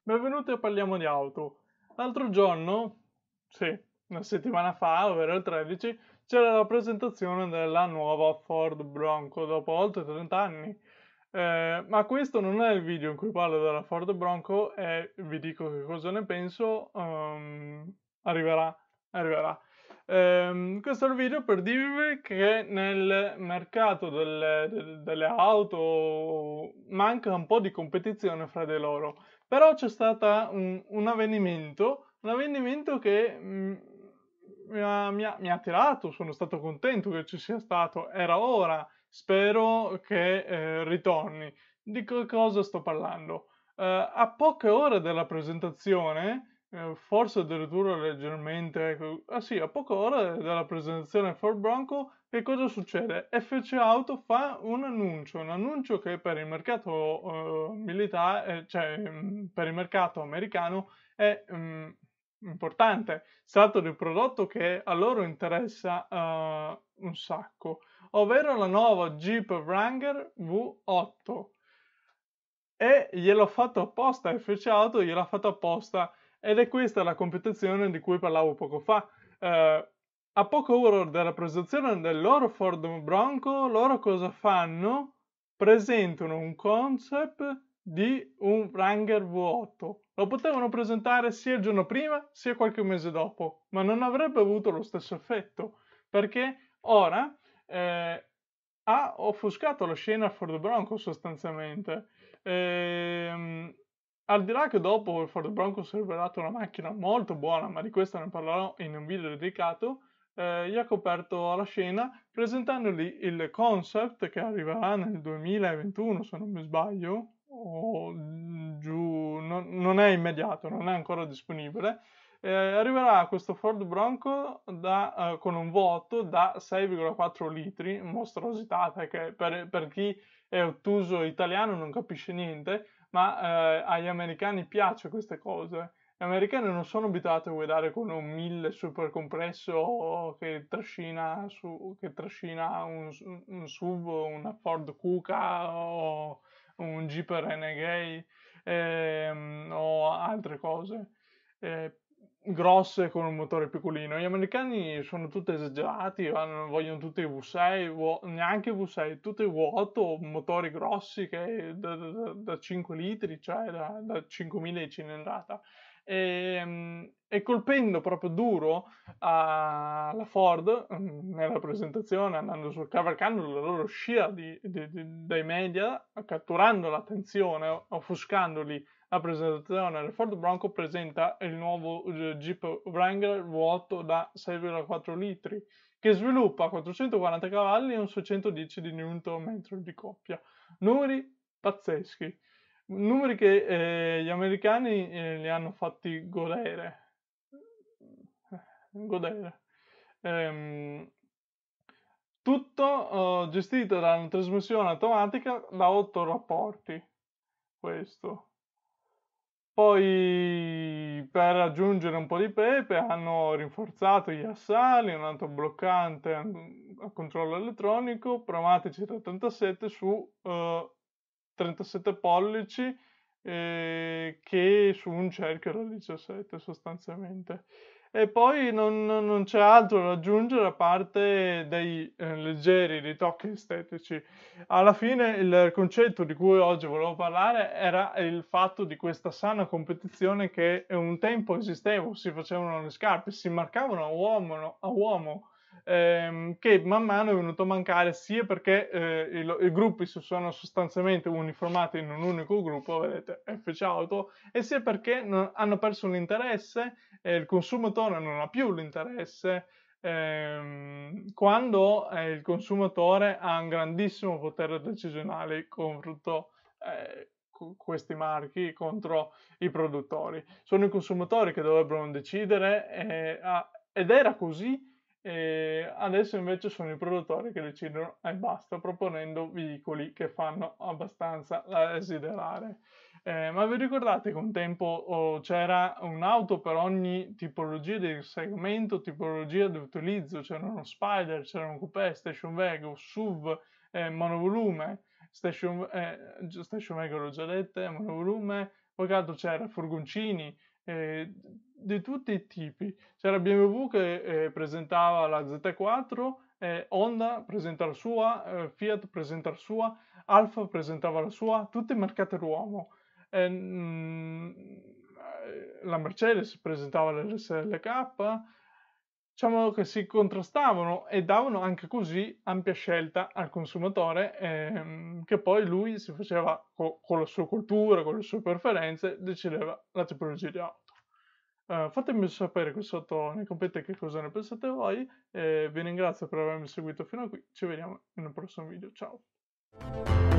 Benvenuti a Parliamo di Auto. L'altro giorno, sì, una settimana fa, ovvero il 13, c'era la presentazione della nuova Ford Bronco dopo oltre 30 anni. Ma questo non è il video in cui parlo della Ford Bronco e vi dico che cosa ne penso. Arriverà. Questo è il video per dirvi che nel mercato delle auto manca un po' di competizione fra di loro. Però c'è stato un avvenimento che mi ha attirato, sono stato contento che ci sia stato, era ora, spero che ritorni. Di che cosa sto parlando? A poche ore della presentazione, forse addirittura leggermente, sì, a poche ore dalla presentazione Ford Bronco, che cosa succede? FC Auto fa un annuncio che per il mercato militare, cioè per il mercato americano è importante. Si tratta di un prodotto che a loro interessa un sacco, ovvero la nuova Jeep Wrangler V8. E gliel'ho fatto apposta, FC Auto gliel'ha fatto apposta ed è questa la competizione di cui parlavo poco fa. A poche ore dalla presentazione del loro Ford Bronco, loro cosa fanno? Presentano un concept di un Wrangler V8. Lo potevano presentare sia il giorno prima sia qualche mese dopo, ma non avrebbe avuto lo stesso effetto, perché ora ha offuscato la scena Ford Bronco sostanzialmente. Ehm, Al di là che dopo il Ford Bronco si è rivelato una macchina molto buona, ma di questo ne parlerò in un video dedicato, gli ha coperto la scena presentandogli il concept che arriverà nel 2021, se non mi sbaglio, o giù, non è immediato, non è ancora disponibile. Arriverà questo Ford Bronco con un vuoto da 6,4 litri, mostruosità, perché per chi è ottuso italiano non capisce niente, ma agli americani piace queste cose. Gli americani non sono abituati a guidare con un 1000 super compresso che trascina un SUV, una Ford Kuga o un Jeep Renegade o altre cose grosse con un motore piccolino. Gli americani sono tutti esagerati, vogliono tutti i V6, neanche i V6, tutti i V8, motori grossi che da 5 litri, cioè da 5.000 di cilindrata. E colpendo proprio duro alla Ford nella presentazione, cavalcando la loro scia dai media, catturando l'attenzione, offuscandoli la presentazione del Ford Bronco presenta il nuovo Jeep Wrangler V8 da 6,4 litri che sviluppa 440 cavalli e un 610 di Nm di coppia. Numeri pazzeschi, numeri che gli americani li hanno fatti godere. Godere. Ehm, Tutto gestito da una trasmissione automatica da 8 rapporti. Questo. Poi per aggiungere un po' di pepe hanno rinforzato gli assali, un autobloccante a controllo elettronico, pneumatici da 37 su 37 pollici che su un cerchio da 17 sostanzialmente. E poi non c'è altro da aggiungere a parte dei leggeri ritocchi estetici. Alla fine il concetto di cui oggi volevo parlare era il fatto di questa sana competizione che un tempo esisteva, si facevano le scarpe, si marcavano a uomo, che man mano è venuto a mancare sia perché i gruppi si sono sostanzialmente uniformati in un unico gruppo, vedete, FC Auto, e sia perché hanno perso l'interesse e il consumatore non ha più l'interesse quando il consumatore ha un grandissimo potere decisionale contro questi marchi, contro i produttori. Sono i consumatori che dovrebbero decidere ed era così, adesso invece sono i produttori che decidono e basta, proponendo veicoli che fanno abbastanza desiderare. Ma vi ricordate che un tempo c'era un'auto per ogni tipologia di segmento, tipologia di utilizzo? C'era uno Spider, c'era un coupé, station wagon, SUV, monovolume, station wagon l'ho già dette, monovolume, poi che altro c'era? Furgoncini, di tutti i tipi. C'era BMW che presentava la Z4, Honda presenta la sua, Fiat presenta la sua, Alfa presentava la sua, tutte marcate l'uomo. La Mercedes presentava l'SLK, diciamo che si contrastavano e davano anche così ampia scelta al consumatore, che poi lui si faceva con la sua cultura, con le sue preferenze, decideva la tipologia di auto. Fatemi sapere qui sotto nei commenti che cosa ne pensate voi, vi ringrazio per avermi seguito fino a qui, ci vediamo in un prossimo video, ciao!